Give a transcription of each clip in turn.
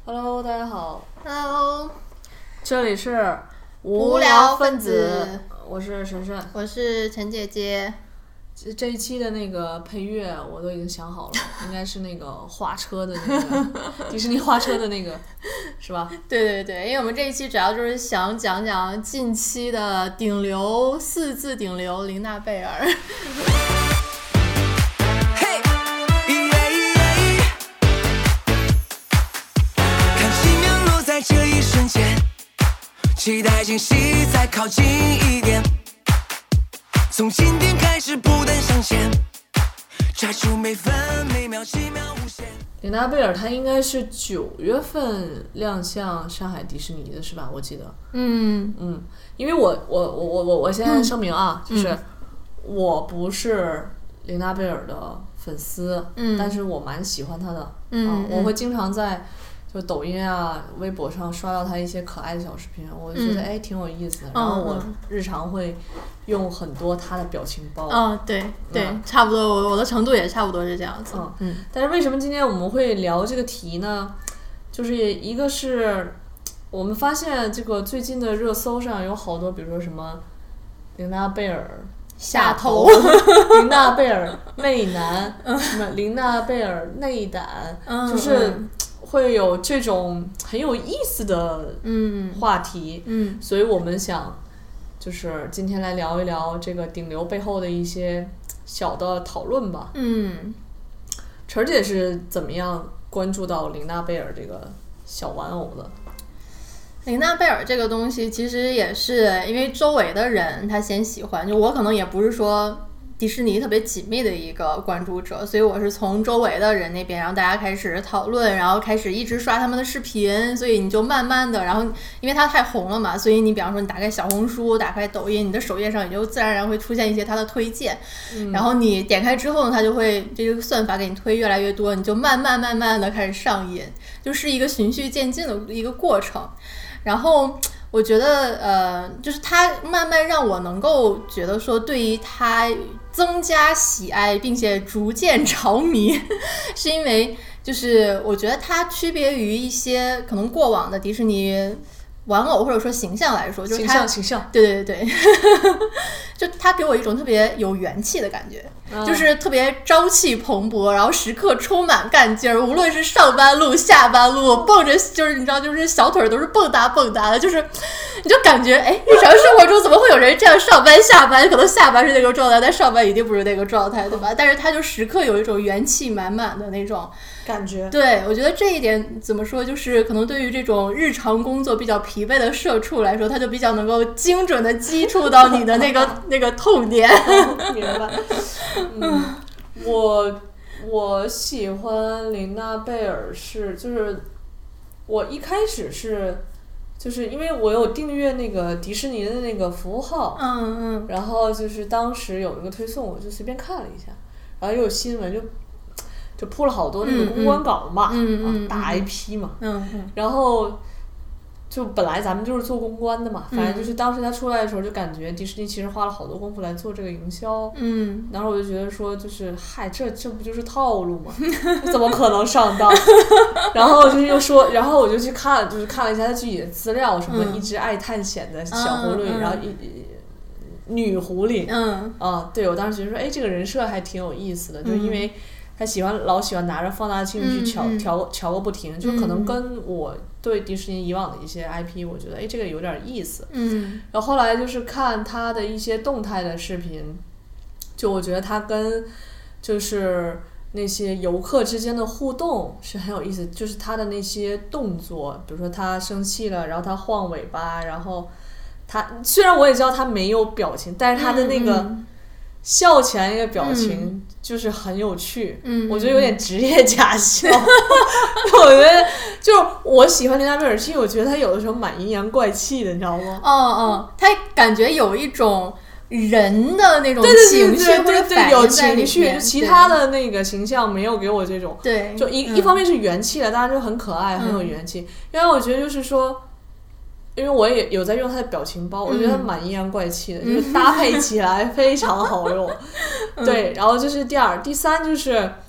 Hello， 大家好， Hello， 这里是无聊分子， 我是神神， 我是陈姐姐。 这一期的那个配乐我都已经想好了，应该是那个画车的那个迪士尼画车的那个，是吧？ 对对对，因为我们这一期主要就是想讲讲近期的顶流四字顶流琳娜贝尔。 这一瞬间，期待惊喜再靠近一点，从今天开始不断向前，摘出每分每秒奇妙无限。 琳娜贝尔她应该是9月份亮相上海迪士尼的是吧？我记得。因为我现在声明啊，就是我不是琳娜贝尔的粉丝，但是我蛮喜欢她的，我会经常在就抖音啊、微博上刷到他一些可爱的小视频，我就觉得挺有意思的。然后我日常会用很多他的表情包。 对对，差不多，我的程度也差不多是这样子。 但是为什么今天我们会聊这个题呢？就是一个是我们发现这个最近的热搜上有好多，比如说什么琳娜贝尔下头琳娜贝尔媚男，什么琳娜贝尔内胆，就是会有这种很有意思的话题，所以我们想就是今天来聊一聊这个顶流背后的一些小的讨论吧。晨姐是怎么样关注到琳娜贝尔这个小玩偶的？ 琳娜贝尔这个东西其实也是因为周围的人他先喜欢，就我可能也不是说迪士尼特别紧密的一个关注者，所以我是从周围的人那边，然后大家开始讨论，然后开始一直刷他们的视频，所以你就慢慢的，然后因为它太红了嘛，所以你比方说你打开小红书、打开抖音，你的首页上也就自然而然会出现一些它的推荐，然后你点开之后呢，它就会这个算法给你推越来越多，你就慢慢的开始上瘾，就是一个循序渐进的一个过程。然后我觉得就是它慢慢让我能够觉得说对于它增加喜爱并且逐渐着迷是因为就是我觉得它区别于一些可能过往的迪士尼玩偶或者说形象来说，就是它形象对就它给我一种特别有元气的感觉，就是特别朝气蓬勃，然后时刻充满干劲儿，无论是上班路下班路蹦着，就是你知道就是小腿都是蹦哒蹦哒的，就是你就感觉日常生活中怎么会有人这样上班下班，可能下班是那个状态，但上班一定不是那个状态，对吧？但是他就时刻有一种元气满满的那种感觉。 对，我觉得这一点怎么说，就是可能对于这种日常工作比较疲惫的社畜来说，他就比较能够精准的击触到你的那个痛点。 明白。我喜欢琳娜贝尔就是我一开始是就是因为我有订阅那个迪士尼的那个服务号，然后就是当时有一个推送，我就随便看了一下，然后又有新闻就铺了好多那个公关稿嘛，大 IP 嘛，然后就本来咱们就是做公关的嘛，反正就是当时他出来的时候就感觉迪士尼其实花了好多功夫来做这个营销，然后我就觉得说就是这不就是套路吗？怎么可能上当？然后就是又说，然后我就去看了一下他具体的资料，什么一只爱探险的小狐狸，然后女狐狸，对，我当时觉得说这个人设还挺有意思的，就因为他老喜欢拿着放大镜去瞧个不停，就可能跟我对迪士尼以往的一些 IP 我觉得这个有点意思，然后后来就是看他的一些动态的视频，就我觉得他跟就是那些游客之间的互动是很有意思，就是他的那些动作，比如说他生气了然后他晃尾巴，然后他虽然我也知道他没有表情，但是他的那个笑起来那个表情就是很有趣，我觉得有点职业假笑。我觉得就是我喜欢琳娜贝尔，是因为我觉得她有的时候蛮阴阳怪气的，你知道吗？ 她感觉有一种人的那种情绪或者反应在里面， 有情绪，其他的那个形象没有给我这种。 对， 就一方面是元气的，当然就很可爱，很有元气。因为我觉得就是说。因为我也有在用它的表情包，我觉得它蛮阴阳怪气的，就是搭配起来非常好用。对，然后这是第二，第三就是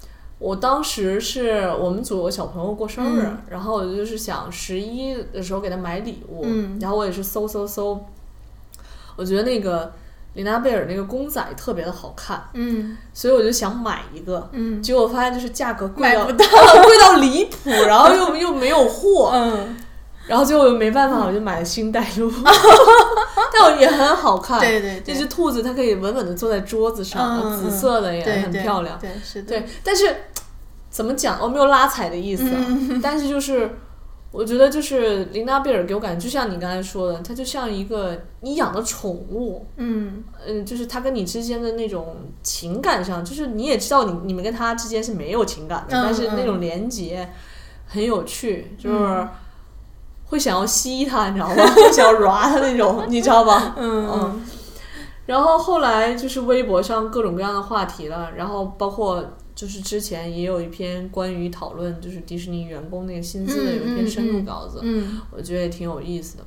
我当时是我们组有个小朋友过生日，然后我就是想11的时候给他买礼物，然后我也是搜，我觉得那个琳娜贝尔那个公仔特别的好看，所以我就想买一个，结果发现就是价格贵到贵到离谱，然后又没有货，然后最后我没办法，我就买了星黛露，但我也很好看。 对， 这只兔子它可以稳稳的坐在桌子上，紫色的也很漂亮。 对，是的。 对，但是怎么讲，我没有拉踩的意思，但是就是我觉得就是琳娜贝尔给我感觉就像你刚才说的，它就像一个你养的宠物，就是它跟你之间的那种情感上，就是你也知道你们跟它之间是没有情感的，但是那种连结很有趣，就是会想要吸它，你知道吗？会想要 ra 它那种，你知道吧？然后后来就是微博上各种各样的话题了，然后包括就是之前也有一篇关于讨论就是迪士尼员工那个薪资的有一篇深入稿子，我觉得也挺有意思的。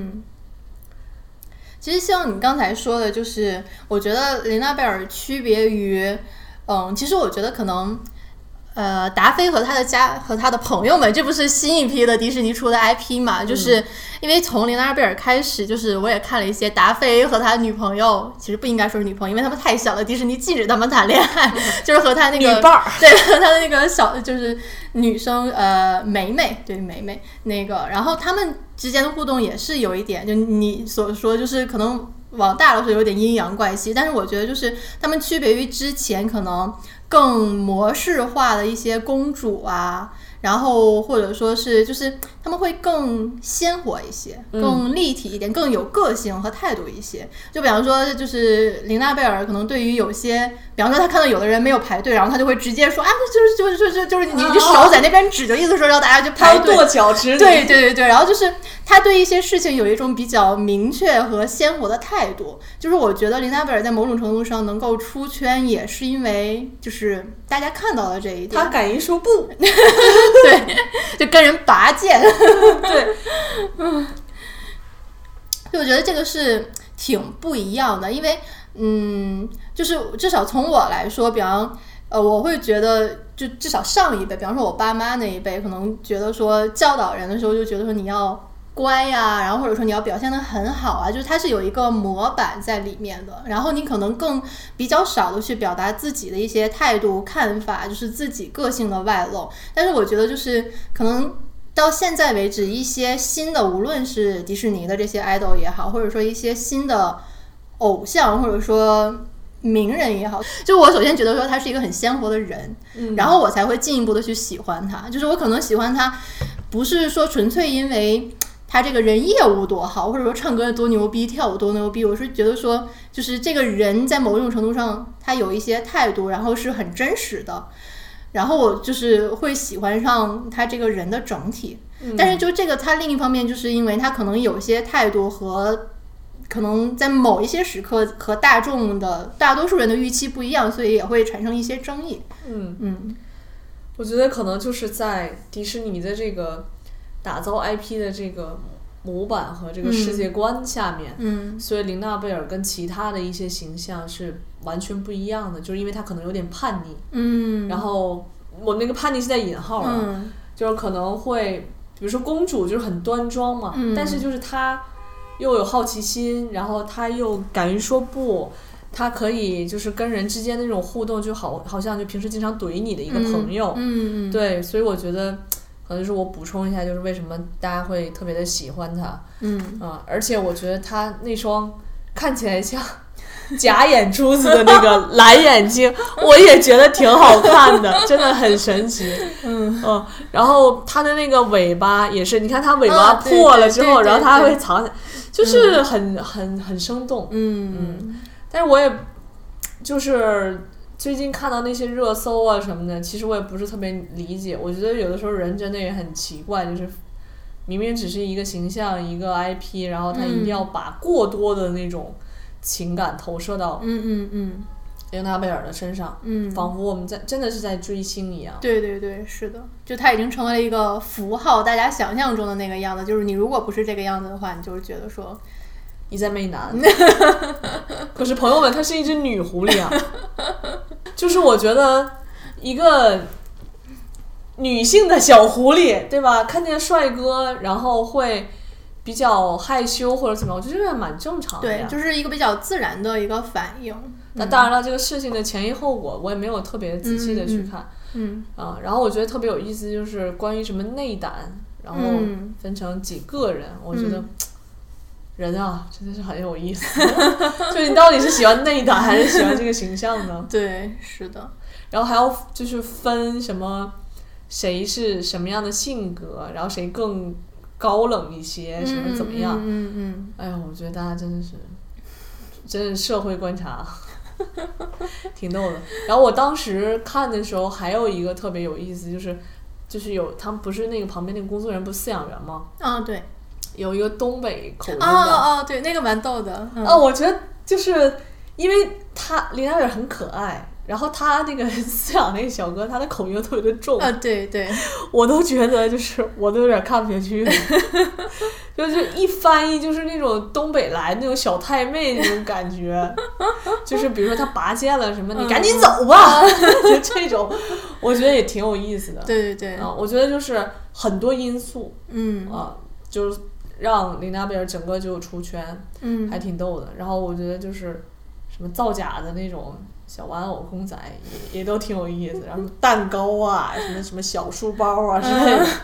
其实像你刚才说的，就是我觉得琳娜贝尔区别于，其实我觉得可能。达菲和他的朋友们，这不是新一批的迪士尼出的 IP 嘛？就是因为从琳娜贝尔开始，就是我也看了一些达菲和他女朋友，其实不应该说是女朋友，因为他们太小了，迪士尼禁止他们谈恋爱，就是和他那个女伴儿， 对，和他的那个小就是女生梅梅，对梅梅那个，然后他们之间的互动也是有一点，就你所说，就是可能往大了说有点阴阳怪气，但是我觉得就是他们区别于之前可能更模式化的一些公主啊，然后或者说是就是他们会更鲜活一些，更立体一点，更有个性和态度一些。就比方说就是琳娜贝尔可能对于有些，比方说他看到有的人没有排队，然后他就会直接说啊，就是你手在那边指着，意思说让大家去排队， 跺脚指你。 对，然后就是他对一些事情有一种比较明确和鲜活的态度。就是我觉得琳娜贝尔在某种程度上能够出圈，也是因为就是大家看到了这一点， 他敢于说不， 对，就跟人拔剑， 对， 就我觉得这个是挺不一样的，因为就是至少从我来说，比方我会觉得就至少上一辈，比方说我爸妈那一辈，可能觉得说教导人的时候就觉得说你要乖呀，然后或者说你要表现得很好啊，就是它是有一个模板在里面的，然后你可能更比较少的去表达自己的一些态度看法，就是自己个性的外露。但是我觉得就是可能到现在为止，一些新的无论是迪士尼的这些 idol 也好，或者说一些新的偶像或者说名人也好，就我首先觉得说他是一个很鲜活的人，然后我才会进一步的去喜欢他。就是我可能喜欢他不是说纯粹因为他这个人业务多好，或者说唱歌多牛逼，跳舞多牛逼，我是觉得说就是这个人在某种程度上他有一些态度，然后是很真实的，然后我就是会喜欢上他这个人的整体。但是就这个他另一方面就是因为他可能有些态度和可能在某一些时刻和大众的大多数人的预期不一样，所以也会产生一些争议。 我觉得可能就是在迪士尼的这个打造 IP 的这个模板和这个世界观下面，所以琳娜贝尔跟其他的一些形象是完全不一样的，就是因为她可能有点叛逆，然后我那个叛逆是在引号了，就是可能会比如说公主就是很端庄嘛，但是就是她又有好奇心，然后她又敢于说不，她可以就是跟人之间的那种互动就好像就平时经常怼你的一个朋友，对，所以我觉得可能是我补充一下，就是为什么大家会特别的喜欢他，而且我觉得他那双看起来像假眼珠子的那个蓝眼睛，我也觉得挺好看的，真的很神奇。然后他的那个尾巴也是，你看他尾巴破了之后，然后他还会藏起来，就是很生动。但是我也就是最近看到那些热搜啊什么的，其实我也不是特别理解。我觉得有的时候人真的也很奇怪，就是明明只是一个形象一个 IP， 然后他一定要把过多的那种情感投射到琳娜贝尔的身上，仿佛我们真的是在追星一样。 对，是的，就他已经成为了一个符号，大家想象中的那个样子，就是你如果不是这个样子的话，你就是觉得说你在媚男。可是朋友们，她是一只女狐狸啊。就是我觉得一个女性的小狐狸，对吧？看见帅哥，然后会比较害羞或者怎么样，我觉得这个蛮正常的呀。 对，就是一个比较自然的一个反应。 那当然了，这个事情的前因后果我也没有特别仔细的去看。然后我觉得特别有意思，就是关于什么内胆，然后分成几个人，我觉得人啊真的是很有意思。就你到底是喜欢内胆还是喜欢这个形象呢？ 对，是的。 然后还要就是分什么谁是什么样的性格，然后谁更高冷一些，什么怎么样？哎呀，我觉得大家真是社会观察挺逗的。然后我当时看的时候还有一个特别有意思，就是有他们不是那个旁边那个工作人员不是饲养员吗？ 对， 有一个东北口音的。 对，那个蛮逗的。 我觉得就是因为林娜贝尔很可爱。然后他那个饲养那个小哥，他的口音特别的重对对， 我都觉得就是我都有点看不下去了，就是一翻译就是那种东北来那种小太妹那种感觉，就是比如说他拔剑了什么，你赶紧走吧，就这种，我觉得也挺有意思的。 对对对， 我觉得就是很多因素，就是让琳娜贝尔整个就出圈，还挺逗的。然后我觉得就是什么造假的那种小玩偶公仔也都挺有意思，然后蛋糕啊，什么小书包啊之类的。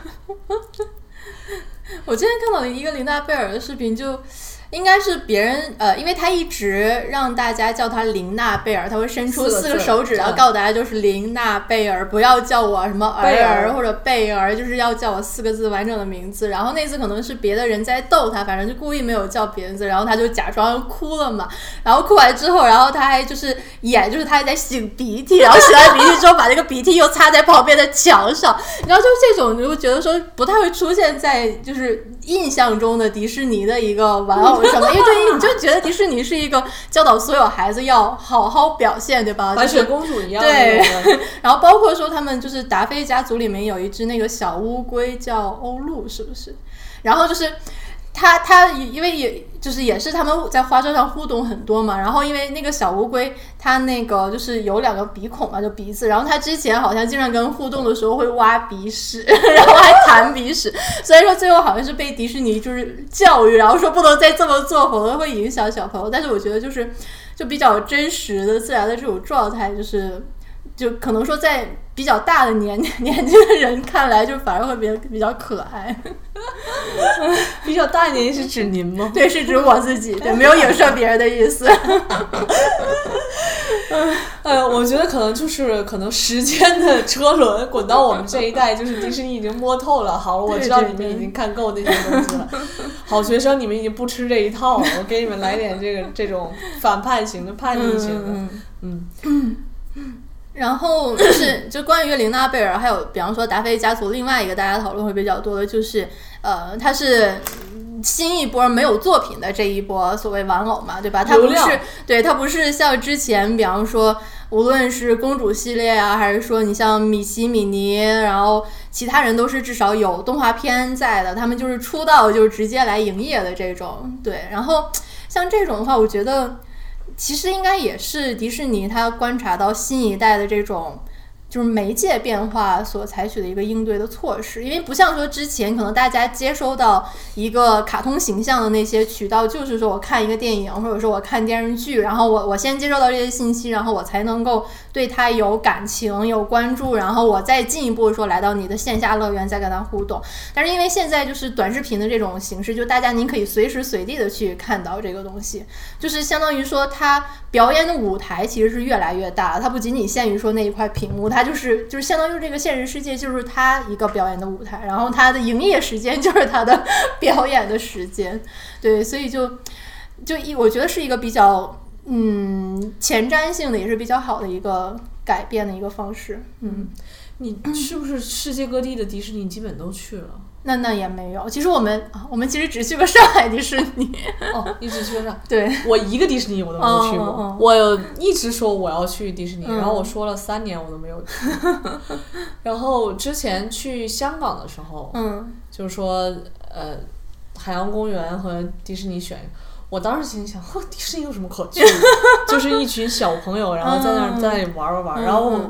我之前看到一个琳娜贝尔的视频，就应该是别人因为他一直让大家叫他琳娜贝尔，他会伸出4个手指，然后告诉大家就是琳娜贝尔，不要叫我什么儿或者贝儿，就是要叫我4个字完整的名字。然后那次可能是别的人在逗他，反正就故意没有叫别人字，然后他就假装哭了嘛。然后哭完之后，然后他还就是就是他还在擤鼻涕，然后擤完鼻涕之后把这个鼻涕又擦在旁边的墙上。然后就这种你就觉得说不太会出现在就是印象中的迪士尼的一个玩偶什么，因为对你就觉得迪士尼是一个教导所有孩子要好好表现，对吧？ 白雪公主一样。 对。然后包括说他们就是达菲家族里面有一只那个小乌龟叫欧陆，是不是？然后就是他因为也是他们在花车上互动很多嘛，然后因为那个小乌龟它那个就是有2个鼻孔嘛，就鼻子，然后它之前好像经常跟互动的时候会挖鼻屎，然后还弹鼻屎，所以说最后好像是被迪士尼就是教育，然后说不能再这么做，否则会影响小朋友。但是我觉得就比较真实的自然的这种状态，就可能说在比较大的年纪的人看来，就反而会比较可爱。 比较大年纪是指您吗？ 对，是指我自己，对，没有影射别人的意思。 我觉得可能时间的车轮滚到我们这一代，就是迪士尼已经摸透了。好，我知道你们已经看够那些东西了。好学生，你们已经不吃这一套，我给你们来点这种反叛型的、叛逆型的。 然后就关于琳娜贝尔，还有比方说达菲家族，另外一个大家讨论会比较多的就是它是新一波没有作品的这一波所谓玩偶嘛，对吧？它不是像之前比方说无论是公主系列啊，还是说你像米奇米妮，然后其他人都是至少有动画片在的，他们就是出道就直接来营业的这种。对，然后像这种的话，我觉得其实应该也是迪士尼他观察到新一代的这种就是媒介变化所采取的一个应对的措施，因为不像说之前可能大家接收到一个卡通形象的那些渠道，就是说我看一个电影或者说我看电视剧，然后我先接收到这些信息，然后我才能够对它有感情有关注，然后我再进一步说来到你的线下乐园再跟它互动。但是因为现在就是短视频的这种形式，就大家您可以随时随地的去看到这个东西，就是相当于说它表演的舞台其实是越来越大，它不仅仅限于说那一块屏幕，它就是相当于这个现实世界就是它一个表演的舞台，然后它的营业时间就是它的表演的时间。对，所以我觉得是一个比较前瞻性的，也是比较好的一个改变的一个方式。 你是不是世界各地的迪士尼基本都去了？ 那也没有，其实我们其实只去过上海迪士尼。 你只去过上海？ 对， 我一个迪士尼我都没有去过。我一直说我要去迪士尼，然后我说了3年我都没有去。然后之前去香港的时候，就是说海洋公园和迪士尼选，我当时心想，迪士尼有什么可去的？就是一群小朋友，然后在那里玩，然后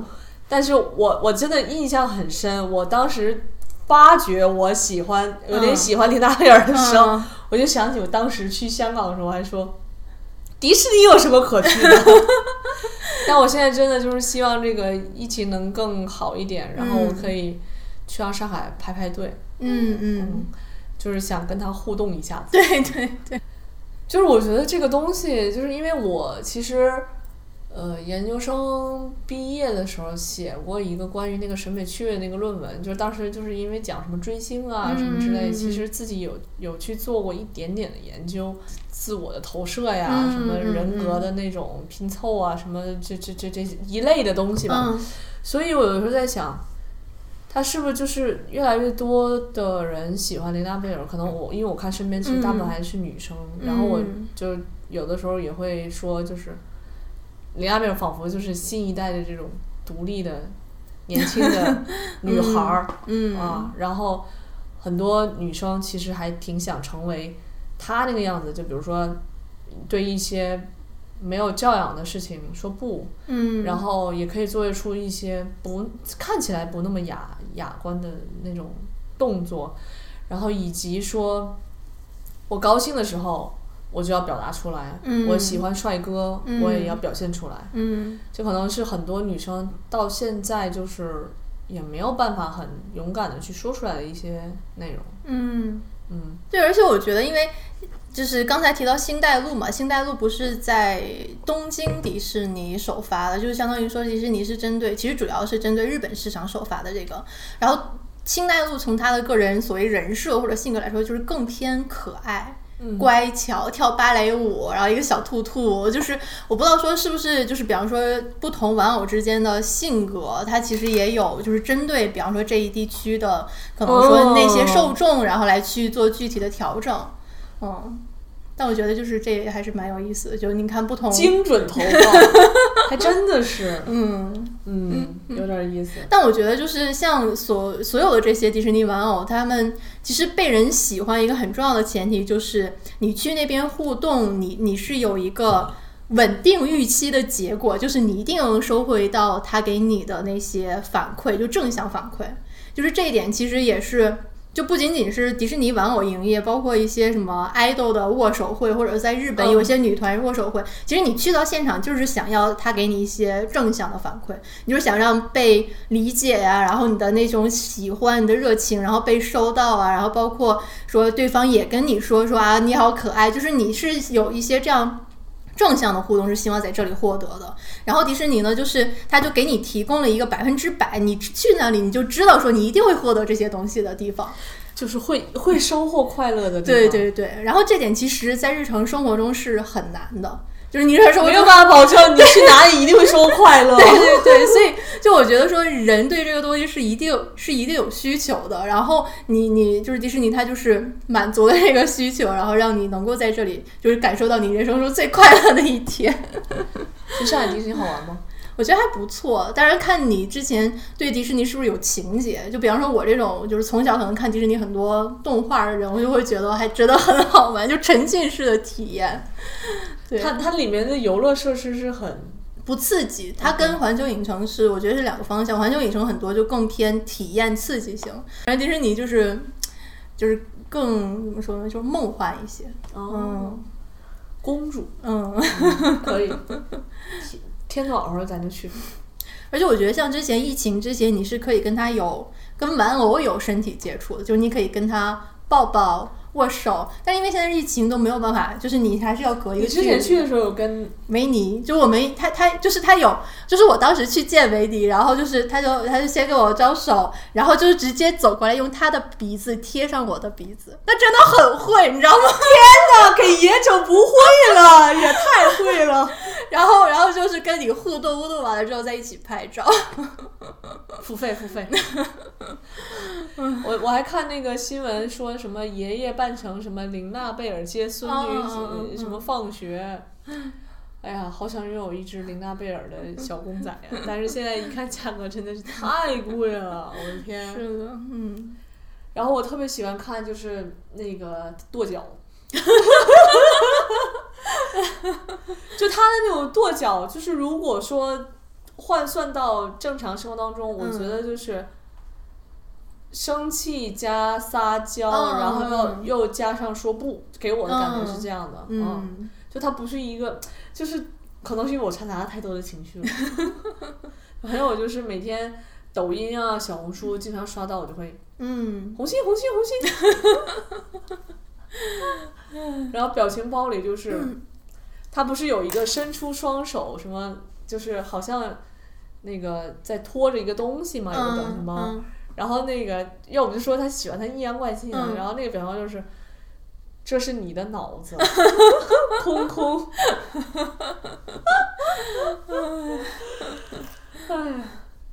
但是我真的印象很深，我当时发觉我有点喜欢琳娜贝尔的时候，我就想起我当时去香港的时候还说，迪士尼有什么可去的？但我现在真的就是希望这个疫情能更好一点，然后我可以去上上海排队。就是想跟他互动一下子。 对对对， 就是我觉得这个东西，就是因为我其实研究生毕业的时候写过一个关于那个审美趣味的那个论文，就是当时就是因为讲什么追星啊什么之类，其实自己有去做过一点点的研究，自我的投射呀，什么人格的那种拼凑啊，什么这一类的东西吧。所以我有时候在想，他是不是就是越来越多的人喜欢琳娜贝尔？可能因为我看身边其实大部分还是女生，然后我就有的时候也会说，就是琳娜贝尔仿佛就是新一代的这种独立的年轻的女孩啊，然后很多女生其实还挺想成为她那个样子，就比如说对一些没有教养的事情说不，然后也可以做出一些看起来不那么雅观的那种动作，然后以及说我高兴的时候我就要表达出来，我喜欢帅哥，我也要表现出来，这可能是很多女生到现在就是也没有办法很勇敢的去说出来的一些内容。 对，而且我觉得因为就是刚才提到星黛露嘛，星黛露不是在东京迪士尼首发的，就是相当于说迪士尼是其实主要是针对日本市场首发的这个，然后星黛露从她的个人所谓人设或者性格来说，就是更偏可爱。乖巧，跳芭蕾舞，然后一个小兔兔，就是我不知道说是不是就是比方说不同玩偶之间的性格，它其实也有就是针对比方说这一地区的可能说那些受众，然后来去做具体的调整。但我觉得就是这还是蛮有意思的，就你看不同精准投放，还真的是，有点意思。 但我觉得就是像所有的这些迪士尼玩偶，他们其实被人喜欢一个很重要的前提就是你去那边互动，你是有一个稳定预期的结果，就是你一定能收回到他给你的那些反馈，就正向反馈。就是这一点其实也是。就不仅仅是迪士尼玩偶营业，包括一些什么爱豆的握手会，或者在日本有一些女团握手会，其实你去到现场就是想要他给你一些正向的反馈，你就是想让被理解啊，然后你的那种喜欢你的热情然后被收到啊，然后包括说对方也跟你说啊你好可爱，就是你是有一些这样正向的互动是希望在这里获得的。然后迪士尼呢，就是他就给你提供了一个100%，你去那里你就知道说你一定会获得这些东西的地方， 就是会收获快乐的地方。 对对对，然后这点其实在日常生活中是很难的，就是你日常生活中没有办法保证你去哪里一定会收获快乐。 对对对，所以就我觉得说人对这个东西是一定有需求的，然后你就是迪士尼它就是满足了这个需求，然后让你能够在这里就是感受到你人生中最快乐的一天。 去上海迪士尼好玩吗？ 我觉得还不错，当然看你之前对迪士尼是不是有情节，就比方说我这种就是从小可能看迪士尼很多动画的人，我就会觉得还真的很好玩，就沉浸式的体验。对， 它里面的游乐设施是很不刺激，它跟环球影城是我觉得是两个方向，环球影城很多就更偏体验刺激性，而迪士尼就是更怎么说呢，就是梦幻一些。 公主，可以。天暖和咱就去。 而且我觉得像之前疫情之前，你是可以跟玩偶有身体接触的，就是你可以跟他抱抱握手，但是因为现在疫情都没有办法，就是你还是要隔一个距离。 你之前去的时候有跟维尼，就我们他就是他有，就是我当时去见维尼，然后就是他就先跟我招手，然后就是直接走过来用他的鼻子贴上我的鼻子，他真的很会，你知道吗？ 天哪，给野整不会了，也太会了。 然后就是跟你互动完了之后再一起拍照， 付费。我还看那个新闻说什么爷爷扮成什么琳娜贝尔接孙女什么放学，哎呀，好想拥有一只琳娜贝尔的小公仔呀！但是现在一看价格真的是太贵了，我的天！ 是的， 然后我特别喜欢看就是那个跺脚。就他的那种跺脚，就是如果说换算到正常生活当中，我觉得就是生气加撒娇，然后又加上说不，给我的感觉是这样的。就它不是一个，就是可能是因为我掺杂了太多的情绪了。还有就是每天抖音啊、小红书经常刷到，我就会红心红心红心。然后表情包里就是，他不是有一个伸出双手什么，就是好像那个在拖着一个东西嘛，有个表情包。然后那个要不就说他喜欢他阴阳怪气的，然后那个表情包就是，这是你的脑子，空空。哎呀，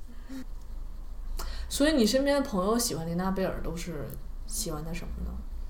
所以你身边的朋友喜欢琳娜贝尔都是喜欢他什么呢？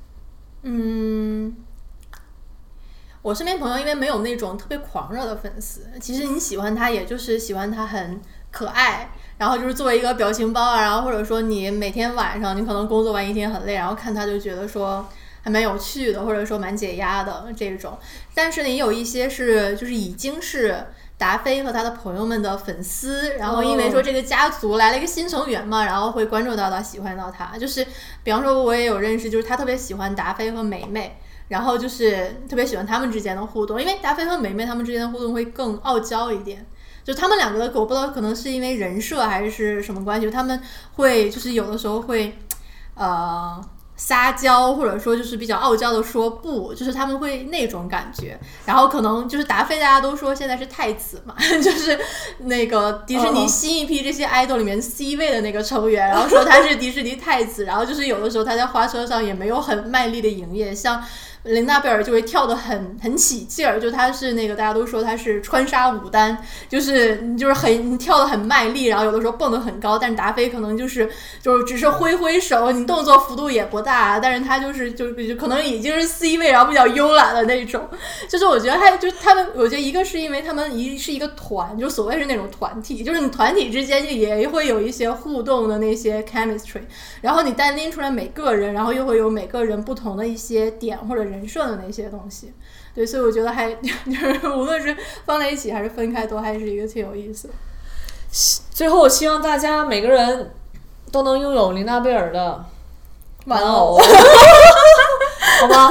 我身边朋友因为没有那种特别狂热的粉丝，其实你喜欢他也就是喜欢他很可爱，然后就是作为一个表情包啊，然后或者说你每天晚上你可能工作完一天很累，然后看他就觉得说还蛮有趣的，或者说蛮解压的这种。但是呢，也有一些是就是已经是达菲和他的朋友们的粉丝，然后因为说这个家族来了一个新成员嘛，然后会关注到他，喜欢到他。就是比方说我也有认识，就是他特别喜欢达菲和美美，然后就是特别喜欢他们之间的互动，因为达菲和美美他们之间的互动会更傲娇一点。就他们两个的我不知道可能是因为人设还是什么关系，他们会就是有的时候会撒娇，或者说就是比较傲娇的说不，就是他们会那种感觉。然后可能就是达菲大家都说现在是太子嘛，就是那个迪士尼新一批这些 idol 里面 C 位的那个成员，然后说他是迪士尼太子。然后就是有的时候他在花车上也没有很卖力的营业，像琳娜贝尔就会跳得很起劲儿，就他是那个大家都说他是川沙舞丹，就是很跳得很卖力，然后有的时候蹦得很高。但是达菲可能就是只是挥挥手，你动作幅度也不大，但是他就可能已经是 C 位，然后比较慵懒的那种。就是我觉得他们，我觉得一个是因为他们是一个团，就所谓是那种团体，就是你团体之间也会有一些互动的那些 chemistry， 然后你单拎出来每个人，然后又会有每个人不同的一些点或者人设的那些东西。对，所以我觉得就是无论是放在一起还是分开，都还是一个挺有意思的。 最后我希望大家每个人都能拥有琳娜贝尔的玩偶。好吗？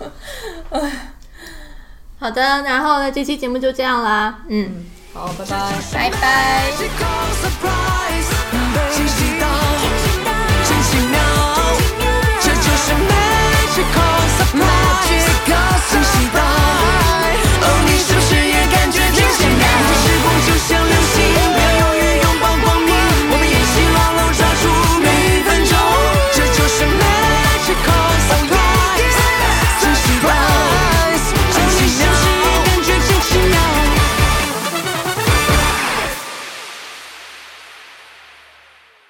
好的，然后呢，这期节目就这样啦。 好，拜拜， 拜拜。